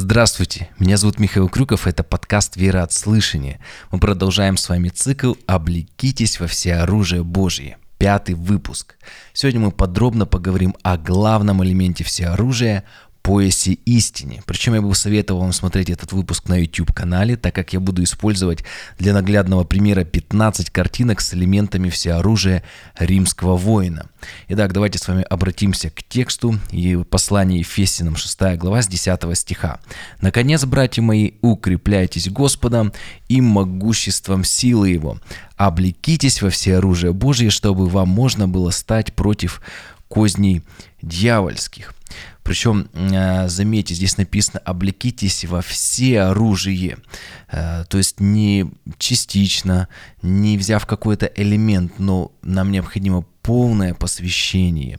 Здравствуйте, меня зовут Михаил Крюков, это подкаст «Вера от слышания». Мы продолжаем с вами цикл «Облекитесь во всеоружие Божие», 5-й выпуск. Сегодня мы подробно поговорим о главном элементе всеоружия – поясе истины. Причем я бы советовал вам смотреть этот выпуск на YouTube-канале, так как я буду использовать для наглядного примера 15 картинок с элементами всеоружия римского воина. Итак, давайте с вами обратимся к тексту и посланию Ефесянам 6 глава с 10 стиха. «Наконец, братья мои, укрепляйтесь Господом и могуществом силы Его. Облекитесь во всеоружие Божие, чтобы вам можно было стать против козней дьявольских». Причем, заметьте, здесь написано «облекитесь во всеоружие», то есть не частично, не взяв какой-то элемент, но нам необходимо полное посвящение.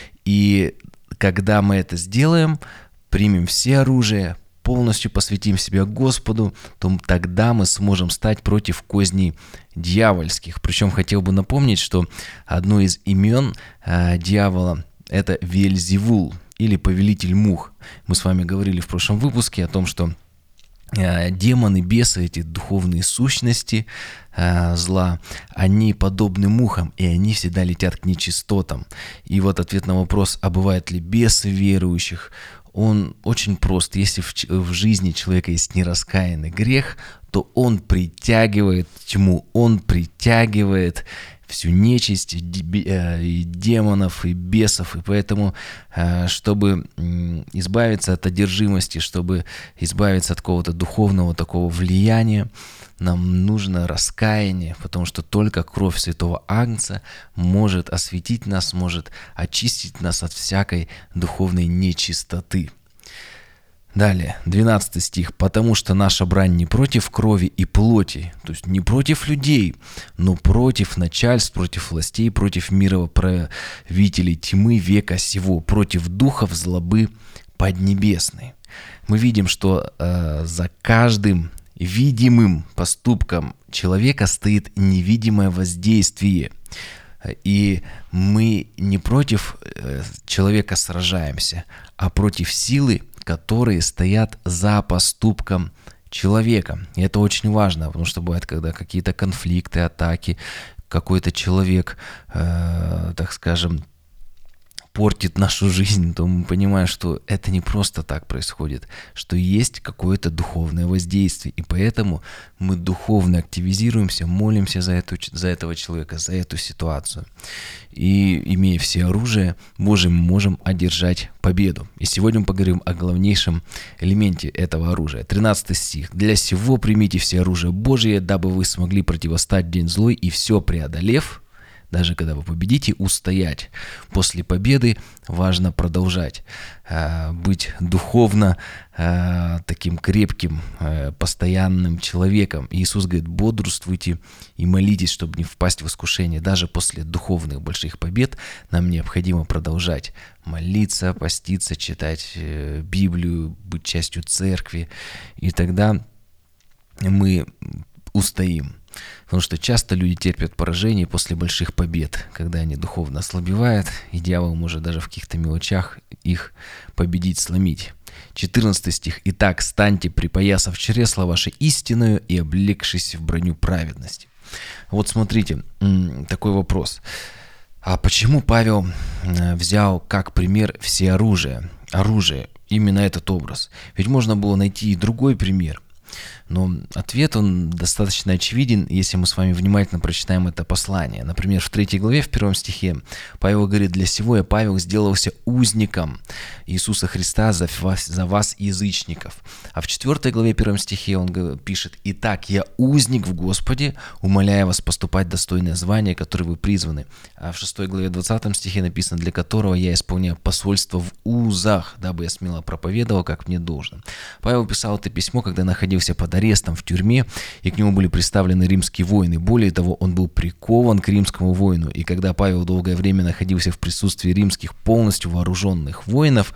И когда мы это сделаем, примем все оружие, полностью посвятим себя Господу, то тогда мы сможем стать против козней дьявольских. Причем хотел бы напомнить, что одно из имен дьявола – это Вельзевул, или повелитель мух. Мы с вами говорили в прошлом выпуске о том, что демоны, бесы, эти духовные сущности зла, они подобны мухам, и они всегда летят к нечистотам. И вот ответ на вопрос, а бывают ли бесы верующих, он очень прост. Если в жизни человека есть нераскаянный грех, то он притягивает тьму, он притягивает всю нечисть, и демонов, и бесов. И поэтому, чтобы избавиться от одержимости, чтобы избавиться от какого-то духовного такого влияния, нам нужно раскаяние, потому что только кровь святого Агнца может осветить нас, может очистить нас от всякой духовной нечистоты. Далее, 12 стих. «Потому что наша брань не против крови и плоти», то есть не против людей, но против начальств, против властей, против мировправителей тьмы века сего, против духов злобы поднебесной. Мы видим, что за каждым видимым поступком человека стоит невидимое воздействие. И мы не против человека сражаемся, а против силы, которые стоят за поступком человека. И это очень важно, потому что бывает, когда какие-то конфликты, атаки, какой-то человек, так скажем, портит нашу жизнь, то мы понимаем, что это не просто так происходит, что есть какое-то духовное воздействие, и поэтому мы духовно активизируемся, молимся за этого человека, за эту ситуацию. И, имея все оружие Божие, мы можем одержать победу. И сегодня мы поговорим о главнейшем элементе этого оружия. 13 стих. «Для сего примите все оружие Божие, дабы вы смогли противостать в день злой и все преодолев». Даже когда вы победите, устоять. После победы важно продолжать быть духовно таким крепким, постоянным человеком. Иисус говорит, бодрствуйте и молитесь, чтобы не впасть в искушение. Даже после духовных больших побед нам необходимо продолжать молиться, поститься, читать Библию, быть частью церкви. И тогда мы устоим. Потому что часто люди терпят поражение после больших побед, когда они духовно ослабевают, и дьявол может даже в каких-то мелочах их победить, сломить. 14 стих. «Итак, станьте, припоясав чресло ваше истинную и облегшись в броню праведности». Вот смотрите, такой вопрос. А почему Павел взял как пример всеоружие, оружие, именно этот образ? Ведь можно было найти и другой пример. Но ответ, он достаточно очевиден, если мы с вами внимательно прочитаем это послание. Например, в 3 главе, в 1 стихе, Павел говорит, «Для сего я, Павел, сделался узником Иисуса Христа за вас, язычников». А в 4 главе, 1 стихе он пишет, «Итак, я узник в Господе, умоляя вас поступать достойное звание, которое вы призваны». А в 6 главе, 20 стихе написано, «Для которого я исполняю посольство в узах, дабы я смело проповедовал, как мне должно». Павел писал это письмо, когда находился под арестом в тюрьме, и к нему были представлены римские воины. Более того, он был прикован к римскому воину. И когда Павел долгое время находился в присутствии римских полностью вооруженных воинов,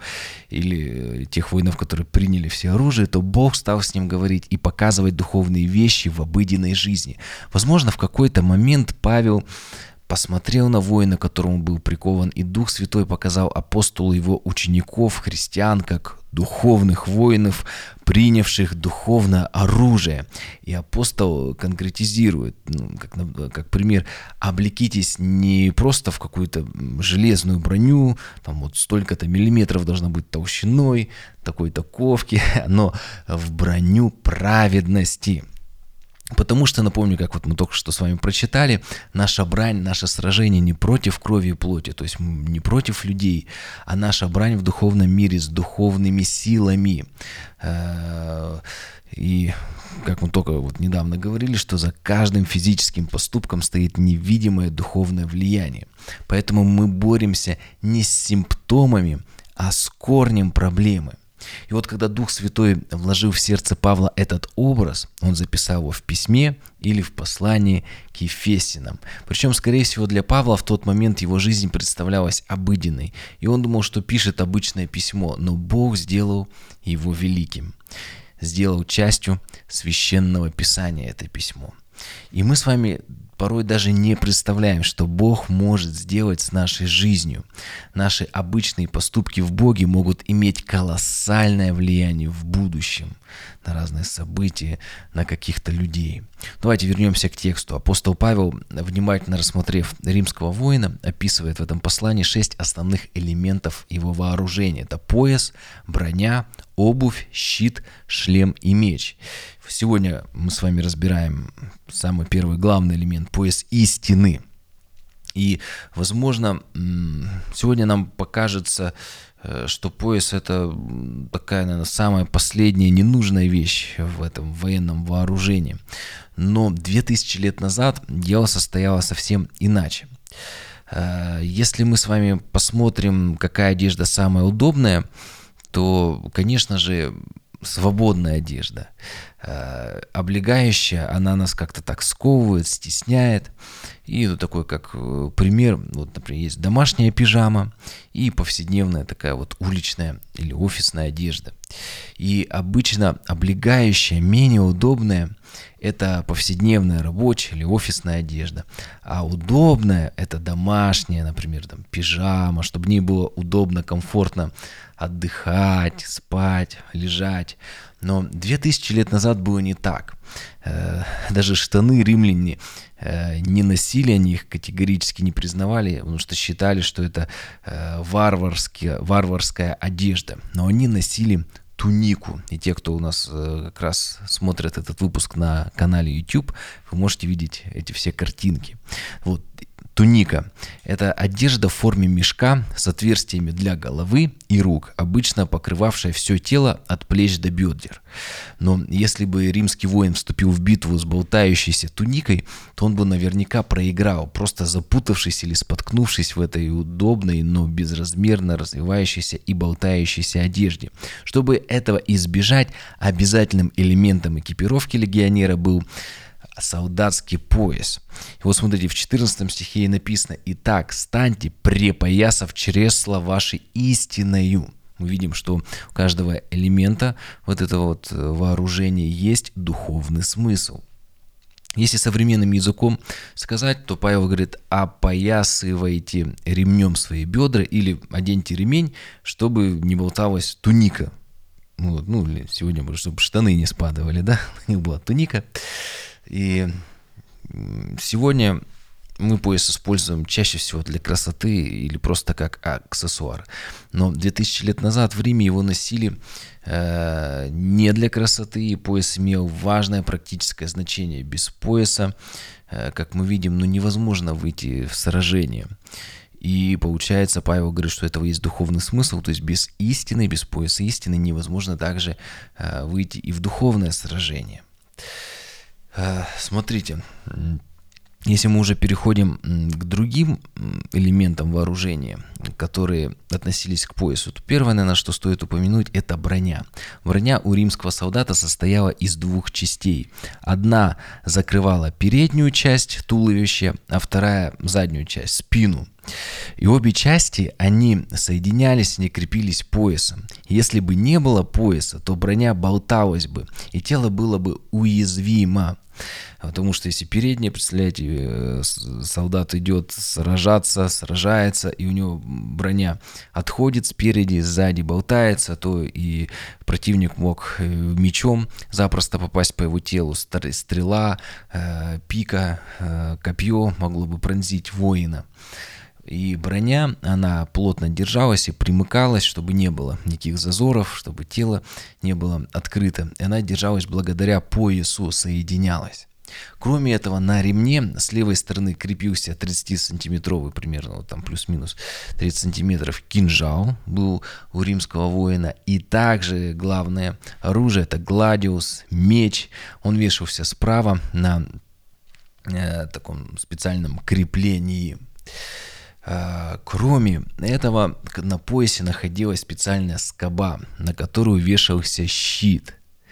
или тех воинов, которые приняли все оружие, то Бог стал с ним говорить и показывать духовные вещи в обыденной жизни. Возможно, в какой-то момент Павел посмотрел на воина, к которому был прикован, и Дух Святой показал апостолу его учеников, христиан, как духовных воинов, принявших духовное оружие. И апостол конкретизирует, как пример: облекитесь не просто в какую-то железную броню, там вот столько-то миллиметров должна быть толщиной, такой-то ковки, но в броню праведности. Потому что, напомню, как вот мы только что с вами прочитали, наша брань, наше сражение не против крови и плоти, то есть не против людей, а наша брань в духовном мире с духовными силами. И как мы только вот недавно говорили, что за каждым физическим поступком стоит невидимое духовное влияние. Поэтому мы боремся не с симптомами, а с корнем проблемы. И вот когда Дух Святой вложил в сердце Павла этот образ, он записал его в письме или в послании к Ефесянам. Причем, скорее всего, для Павла в тот момент его жизнь представлялась обыденной, и он думал, что пишет обычное письмо, но Бог сделал его великим, сделал частью священного писания это письмо. И мы с вами порой даже не представляем, что Бог может сделать с нашей жизнью. Наши обычные поступки в Боге могут иметь колоссальное влияние в будущем на разные события, на каких-то людей. Давайте вернемся к тексту. Апостол Павел, внимательно рассмотрев римского воина, описывает в этом послании 6 основных элементов его вооружения. Это пояс, броня, обувь, щит, шлем и меч. Сегодня мы с вами разбираем самый первый главный элемент — пояс истины. И, возможно, сегодня нам покажется, что пояс — это такая, наверное, самая последняя ненужная вещь в этом военном вооружении. Но 2000 лет назад дело состояло совсем иначе. Если мы с вами посмотрим, какая одежда самая удобная, то, конечно же, свободная одежда. Облегающая, она нас как-то так сковывает, стесняет. И такой, как пример, вот, например, есть домашняя пижама и повседневная такая вот уличная или офисная одежда. И обычно облегающая, менее удобная — это повседневная рабочая или офисная одежда. А удобная — это домашняя, например, там, пижама, чтобы в ней было удобно, комфортно отдыхать, спать, лежать. Но 2000 лет назад было не так. Даже штаны римляне не носили, они их категорически не признавали, потому что считали, что это варварская одежда. Но они носили тунику. И те, кто у нас как раз смотрят этот выпуск на канале YouTube, вы можете видеть эти все картинки. Вот. Туника – это одежда в форме мешка с отверстиями для головы и рук, обычно покрывавшая все тело от плеч до бедер. Но если бы римский воин вступил в битву с болтающейся туникой, то он бы наверняка проиграл, просто запутавшись или споткнувшись в этой удобной, но безразмерно развивающейся и болтающейся одежде. Чтобы этого избежать, обязательным элементом экипировки легионера был солдатский пояс. И вот смотрите, в 14 стихе написано: «Итак, станьте, препоясав чресла ваши истинною». Мы видим, что у каждого элемента вот этого вот вооружения есть духовный смысл. Если современным языком сказать, то Павел говорит: опоясывайте ремнем свои бедра или оденьте ремень, чтобы не болталась туника. Вот, сегодня, чтобы штаны не спадывали, да, у них была туника. И сегодня мы пояс используем чаще всего для красоты или просто как аксессуар. Но 2000 лет назад в Риме его носили не для красоты, и пояс имел важное практическое значение. Без пояса, как мы видим, невозможно выйти в сражение. И получается, Павел говорит, что этого есть духовный смысл, то есть без истины, без пояса истины невозможно также выйти и в духовное сражение. Смотрите, если мы уже переходим к другим элементам вооружения, которые относились к поясу, то первое, наверное, что стоит упомянуть, это броня. Броня у римского солдата состояла из двух частей. Одна закрывала переднюю часть туловища, а вторая — заднюю часть, спину. И обе части, они соединялись, они крепились поясом. Если бы не было пояса, то броня болталась бы, и тело было бы уязвимо. Потому что если переднее, представляете, солдат идет сражается, и у него броня отходит спереди, сзади болтается, то и противник мог мечом запросто попасть по его телу. Стрела, пика, копье могло бы пронзить воина. И броня, она плотно держалась и примыкалась, чтобы не было никаких зазоров, чтобы тело не было открыто. И она держалась благодаря поясу, соединялась. Кроме этого, на ремне с левой стороны крепился 30-сантиметровый, примерно, вот там плюс-минус 30 сантиметров, кинжал был у римского воина. И также главное оружие — это гладиус, меч. Он вешался справа на таком специальном креплении. Кроме этого, на поясе находилась специальная скоба, на которую вешался щит.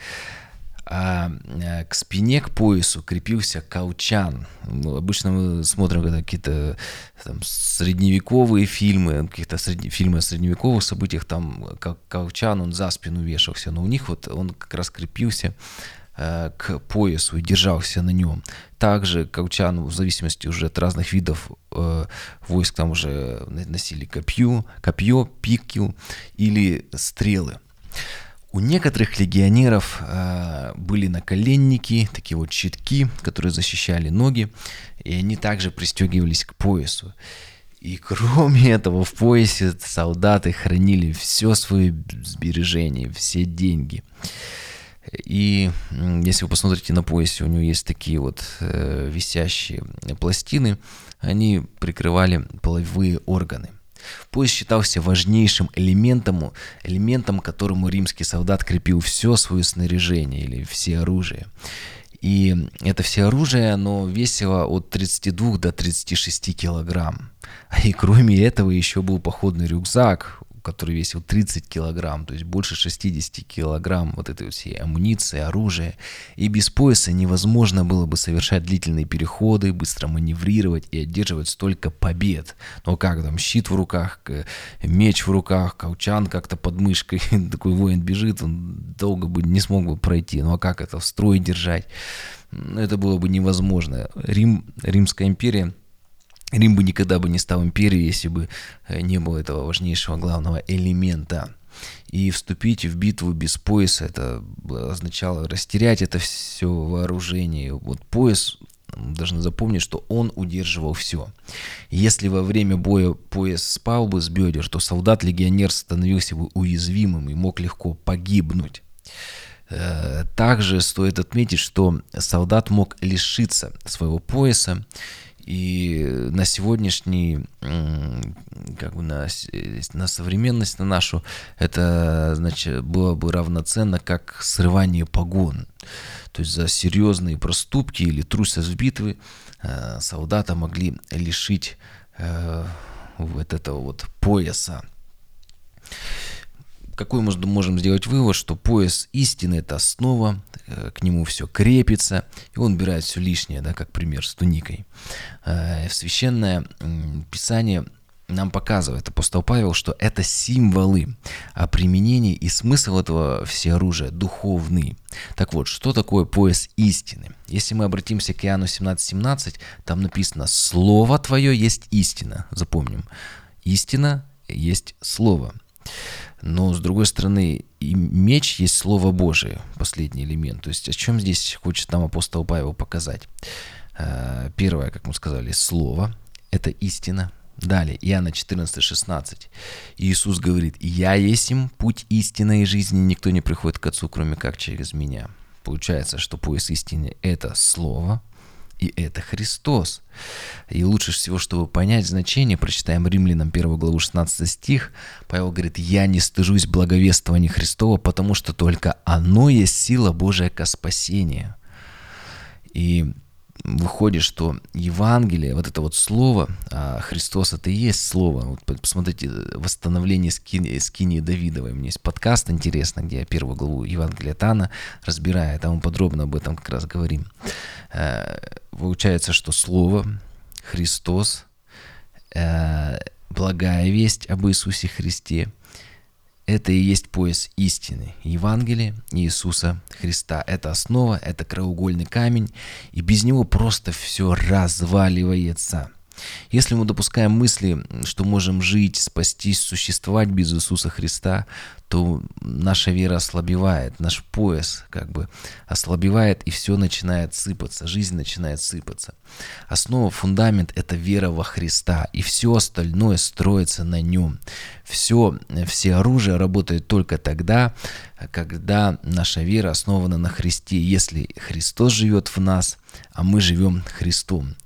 А к спине, к поясу крепился колчан. Обычно мы смотрим какие-то там средневековые фильмы, фильмы о средневековых событиях, там колчан, он за спину вешался, но у них вот он как раз крепился к поясу и держался на нем. Также колчан, в зависимости уже от разных видов войск, там уже носили копье, пику или стрелы. У некоторых легионеров были наколенники, такие вот щитки, которые защищали ноги, и они также пристегивались к поясу. И кроме этого, в поясе солдаты хранили все свои сбережения, все деньги. И если вы посмотрите на поясе, у него есть такие вот висящие пластины, они прикрывали половые органы. Пояс считался важнейшим элементом, к которому римский солдат крепил все свое снаряжение или все оружие. И это все оружие, оно весило от 32 до 36 килограмм. И кроме этого еще был походный рюкзак, который весил 30 килограмм, то есть больше 60 килограмм вот этой всей амуниции, оружия. И без пояса невозможно было бы совершать длительные переходы, быстро маневрировать и одерживать столько побед. Но как там, щит в руках, меч в руках, колчан как-то под мышкой, такой воин бежит, он долго бы не смог бы пройти. Ну а как это в строй держать? Это было бы невозможно. Римская империя, Рим бы никогда бы не стал империей, если бы не было этого важнейшего главного элемента. И вступить в битву без пояса, это означало растерять это все вооружение. Вот пояс, мы должны запомнить, что он удерживал все. Если во время боя пояс спал бы с бедер, то солдат-легионер становился бы уязвимым и мог легко погибнуть. Также стоит отметить, что солдат мог лишиться своего пояса. И на сегодняшний, как бы на современность, на нашу, это, значит, было бы равноценно как срывание погон. То есть за серьезные проступки или трусость в битве солдата могли лишить вот этого вот пояса. Какой мы можем сделать вывод, что пояс истины — это основа, к нему все крепится, и он убирает все лишнее, да, как пример с туникой. В Священное Писание нам показывает апостол Павел, что это символы, а применение и смысл этого всеоружия духовный. Так вот, что такое пояс истины? Если мы обратимся к Иоанну 17:17, там написано: «Слово Твое есть истина». Запомним, истина есть Слово. Но, с другой стороны, и меч есть Слово Божие, последний элемент. То есть о чем здесь хочет нам апостол Павел показать? Первое, как мы сказали, Слово — это истина. Далее, Иоанна 14:16. Иисус говорит: «Я есмь путь истины и жизни, никто не приходит к Отцу, кроме как через Меня». Получается, что пояс истины — это Слово, и это Христос. И лучше всего, чтобы понять значение, прочитаем Римлянам 1 главу 16 стих. Павел говорит: «Я не стыжусь благовествования Христова, потому что только оно есть сила Божия ко спасению». И выходит, что Евангелие, вот это вот слово, а Христос — это и есть слово. Вот посмотрите, восстановление скинии Давидовой. У меня есть подкаст интересный, где я 1 главу Евангелия от Иоанна разбираю, там мы подробно об этом как раз говорим. Получается, что слово, Христос, благая весть об Иисусе Христе. Это и есть пояс истины, Евангелие Иисуса Христа. Это основа, это краеугольный камень, и без него просто все разваливается. Если мы допускаем мысли, что можем жить, спастись, существовать без Иисуса Христа, то наша вера ослабевает, наш пояс ослабевает, и все начинает сыпаться, жизнь начинает сыпаться. Основа, фундамент – это вера во Христа, и все остальное строится на нем. Все оружие работает только тогда, когда наша вера основана на Христе, если Христос живет в нас, а мы живем Христом.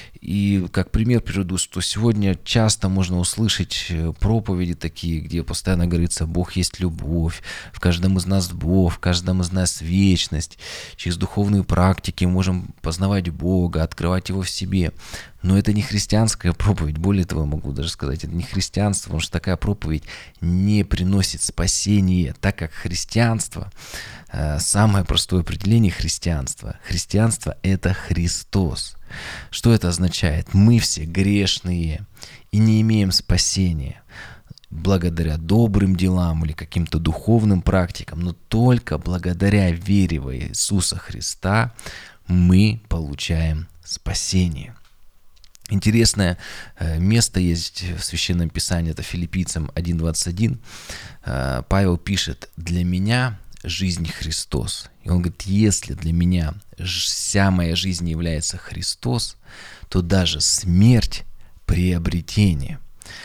И как пример приведу, что сегодня часто можно услышать проповеди такие, где постоянно говорится: Бог есть любовь, в каждом из нас Бог, в каждом из нас вечность. Через духовные практики мы можем познавать Бога, открывать Его в себе. Но это не христианская проповедь, более того, могу даже сказать, это не христианство, потому что такая проповедь не приносит спасения, так как христианство, самое простое определение христианства. Христианство – это Христос. Что это означает? Мы все грешные и не имеем спасения благодаря добрым делам или каким-то духовным практикам, но только благодаря вере в Иисуса Христа мы получаем спасение. Интересное место есть в Священном Писании, это Филиппийцам 1:21. Павел пишет: «Для меня жизнь Христос». И он говорит: если для меня вся моя жизнь является Христос, то даже смерть – приобретение.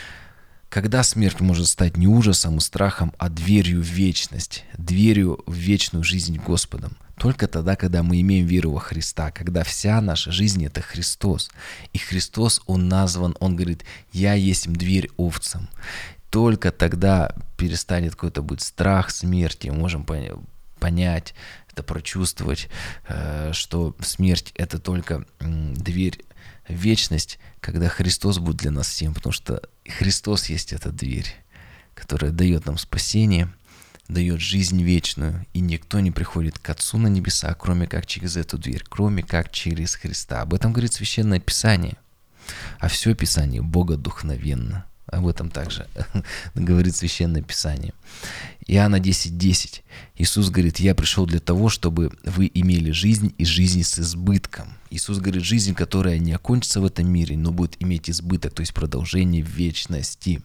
Когда смерть может стать не ужасом и страхом, а дверью в вечность, дверью в вечную жизнь Господом? Только тогда, когда мы имеем веру во Христа, когда вся наша жизнь – это Христос. И Христос, Он назван, Он говорит: «Я есть дверь овцам». Только тогда перестанет какой-то быть страх смерти, мы можем понять, это прочувствовать, что смерть – это только дверь в вечность, когда Христос будет для нас всем, потому что Христос есть эта дверь, которая дает нам спасение, дает жизнь вечную, и никто не приходит к Отцу на небеса, кроме как через эту дверь, кроме как через Христа. Об этом говорит Священное Писание, а все Писание богодухновенно. Об этом также говорит Священное Писание. Иоанна 10:10. Иисус говорит: «Я пришел для того, чтобы вы имели жизнь и жизнь с избытком». Иисус говорит: жизнь, которая не окончится в этом мире, но будет иметь избыток, то есть продолжение в вечности.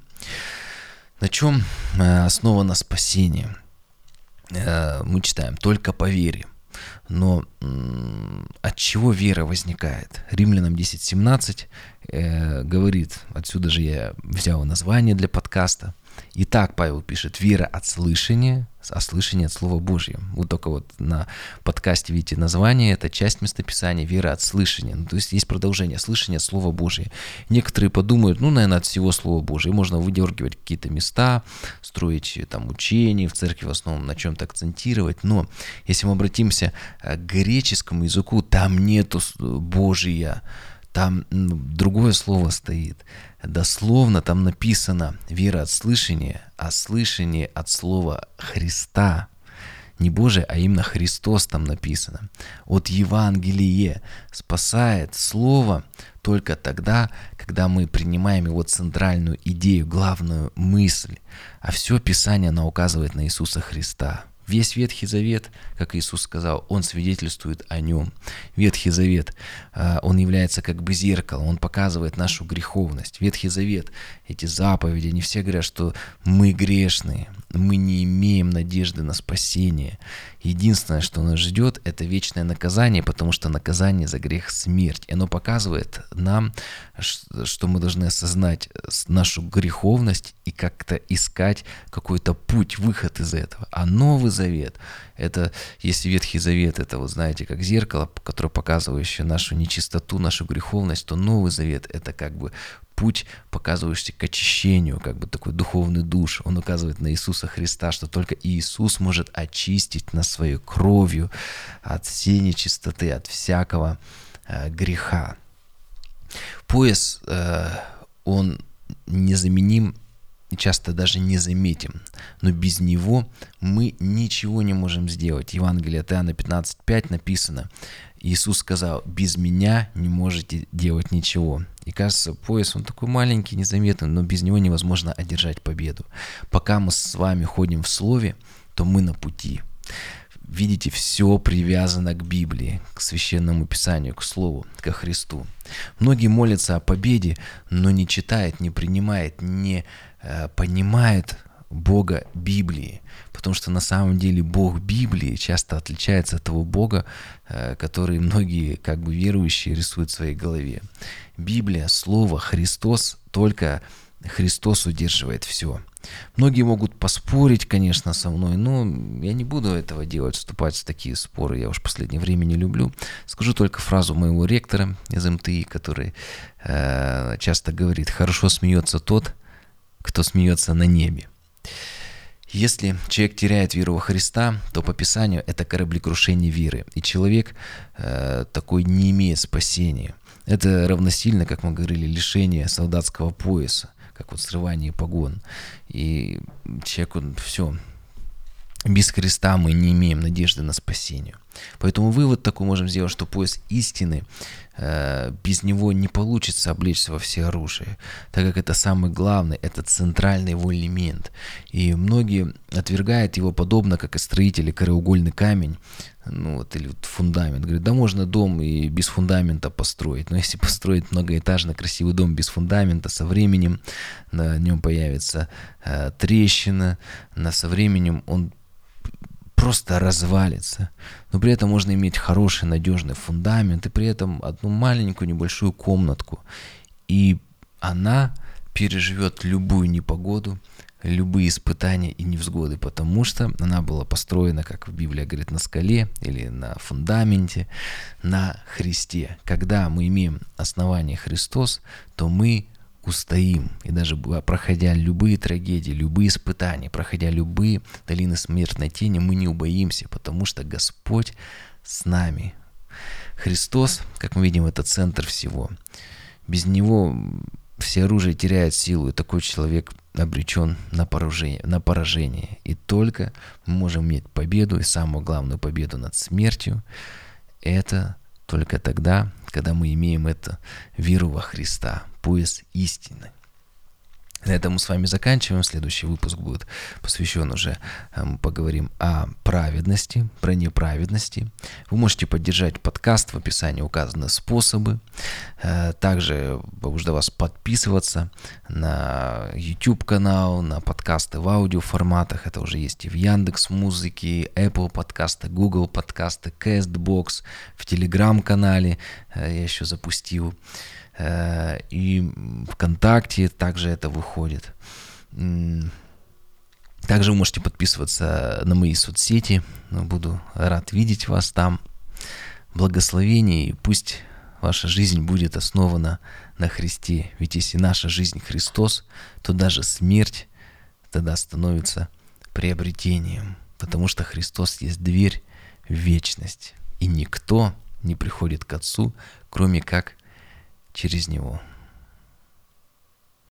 На чем основано спасение? Мы читаем: «Только по вере». Но от чего вера возникает? Римлянам 10:17 говорит, отсюда же я взял название для подкаста. Итак, Павел пишет: вера от слышания, а слышание от Слова Божьего. Вот только вот на подкасте видите название, это часть местописания, вера от слышания. То есть есть продолжение, слышание от Слова Божьего. Некоторые подумают: наверное, от всего Слова Божьего. Можно выдергивать какие-то места, строить там учения, в церкви в основном на чем-то акцентировать. Но если мы обратимся к греческому языку, там нету Божия. Там другое слово стоит. Дословно там написано вера от слышания, а слышание от слова Христа. Не Божие, а именно Христос там написано. От Евангелие спасает слово только тогда, когда мы принимаем его центральную идею, главную мысль. А все Писание, оно указывает на Иисуса Христа. Весь Ветхий Завет, как Иисус сказал, он свидетельствует о нем. Ветхий Завет, он является как бы зеркалом, он показывает нашу греховность. Ветхий Завет, эти заповеди, они все говорят, что мы грешные, мы не имеем надежды на спасение. Единственное, что нас ждет, это вечное наказание, потому что наказание за грех – смерть. И оно показывает нам, что мы должны осознать нашу греховность и как-то искать какой-то путь, выход из этого. А Новый Завет – это, если Ветхий Завет – это, вот знаете, как зеркало, которое показывающее нашу нечистоту, нашу греховность, то Новый Завет – это как бы путь, показывающийся к очищению, как бы такой духовный душ. Он указывает на Иисуса Христа, что только Иисус может очистить нас своей кровью от всей нечистоты, от всякого греха. Пояс, он незаменим часто даже не заметим. Но без Него мы ничего не можем сделать. Евангелие от Иоанна 15:5 написано: Иисус сказал: «Без Меня не можете делать ничего». И кажется, пояс, он такой маленький, незаметный, но без него невозможно одержать победу. Пока мы с вами ходим в Слове, то мы на пути. Видите, все привязано к Библии, к Священному Писанию, к Слову, ко Христу. Многие молятся о победе, но не читают, не принимают, не понимают Бога Библии. Потому что на самом деле Бог Библии часто отличается от того Бога, который многие верующие рисуют в своей голове. Библия, Слово, Христос, только Христос удерживает все. Многие могут поспорить, конечно, со мной, но я не буду этого делать, вступать в такие споры, я уж в последнее время не люблю. Скажу только фразу моего ректора из МТИ, который часто говорит: «Хорошо смеется тот, кто смеется на небе». Если человек теряет веру во Христа, то по Писанию это кораблекрушение веры, и человек такой не имеет спасения. Это равносильно, как мы говорили, лишение солдатского пояса, как срывание погон. И человек, все, без Христа мы не имеем надежды на спасение. Поэтому вывод такой можем сделать, что пояс истины, без него не получится облечься во всеоружие, так как это самый главный, это центральный его элемент. И многие отвергают его подобно, как и строители, краеугольный камень, или фундамент. Говорят, да можно дом и без фундамента построить. Но если построить многоэтажный красивый дом без фундамента, со временем на нем появится трещина, со временем он просто развалится. Но при этом можно иметь хороший, надежный фундамент и при этом одну маленькую небольшую комнатку. И она переживет любую непогоду, любые испытания и невзгоды, потому что она была построена, как в Библии говорит, на скале или на фундаменте, на Христе. Когда мы имеем основание Христос, то мы устоим. И даже проходя любые трагедии, любые испытания, проходя любые долины смертной тени, мы не убоимся, потому что Господь с нами. Христос, как мы видим, это центр всего. Без Него все оружие теряет силу, и такой человек обречен на поражение. И только мы можем иметь победу, и самую главную победу над смертью, это только тогда, когда мы имеем эту веру во Христа, пояс истины. На этом мы с вами заканчиваем. Следующий выпуск будет посвящен уже, мы поговорим о праведности, про неправедности. Вы можете поддержать подкаст, в описании указаны способы. Также побуждаю вас подписываться на YouTube-канал, на подкасты в аудиоформатах. Это уже есть и в Яндекс.Музыке, Apple подкасты, Google подкасты, Castbox, в Telegram-канале я еще запустил. И ВКонтакте также это выходит. Также вы можете подписываться на мои соцсети. Буду рад видеть вас там. Благословение, и пусть ваша жизнь будет основана на Христе. Ведь если наша жизнь Христос, то даже смерть тогда становится приобретением. Потому что Христос есть дверь в вечность. И никто не приходит к Отцу, кроме как через Него.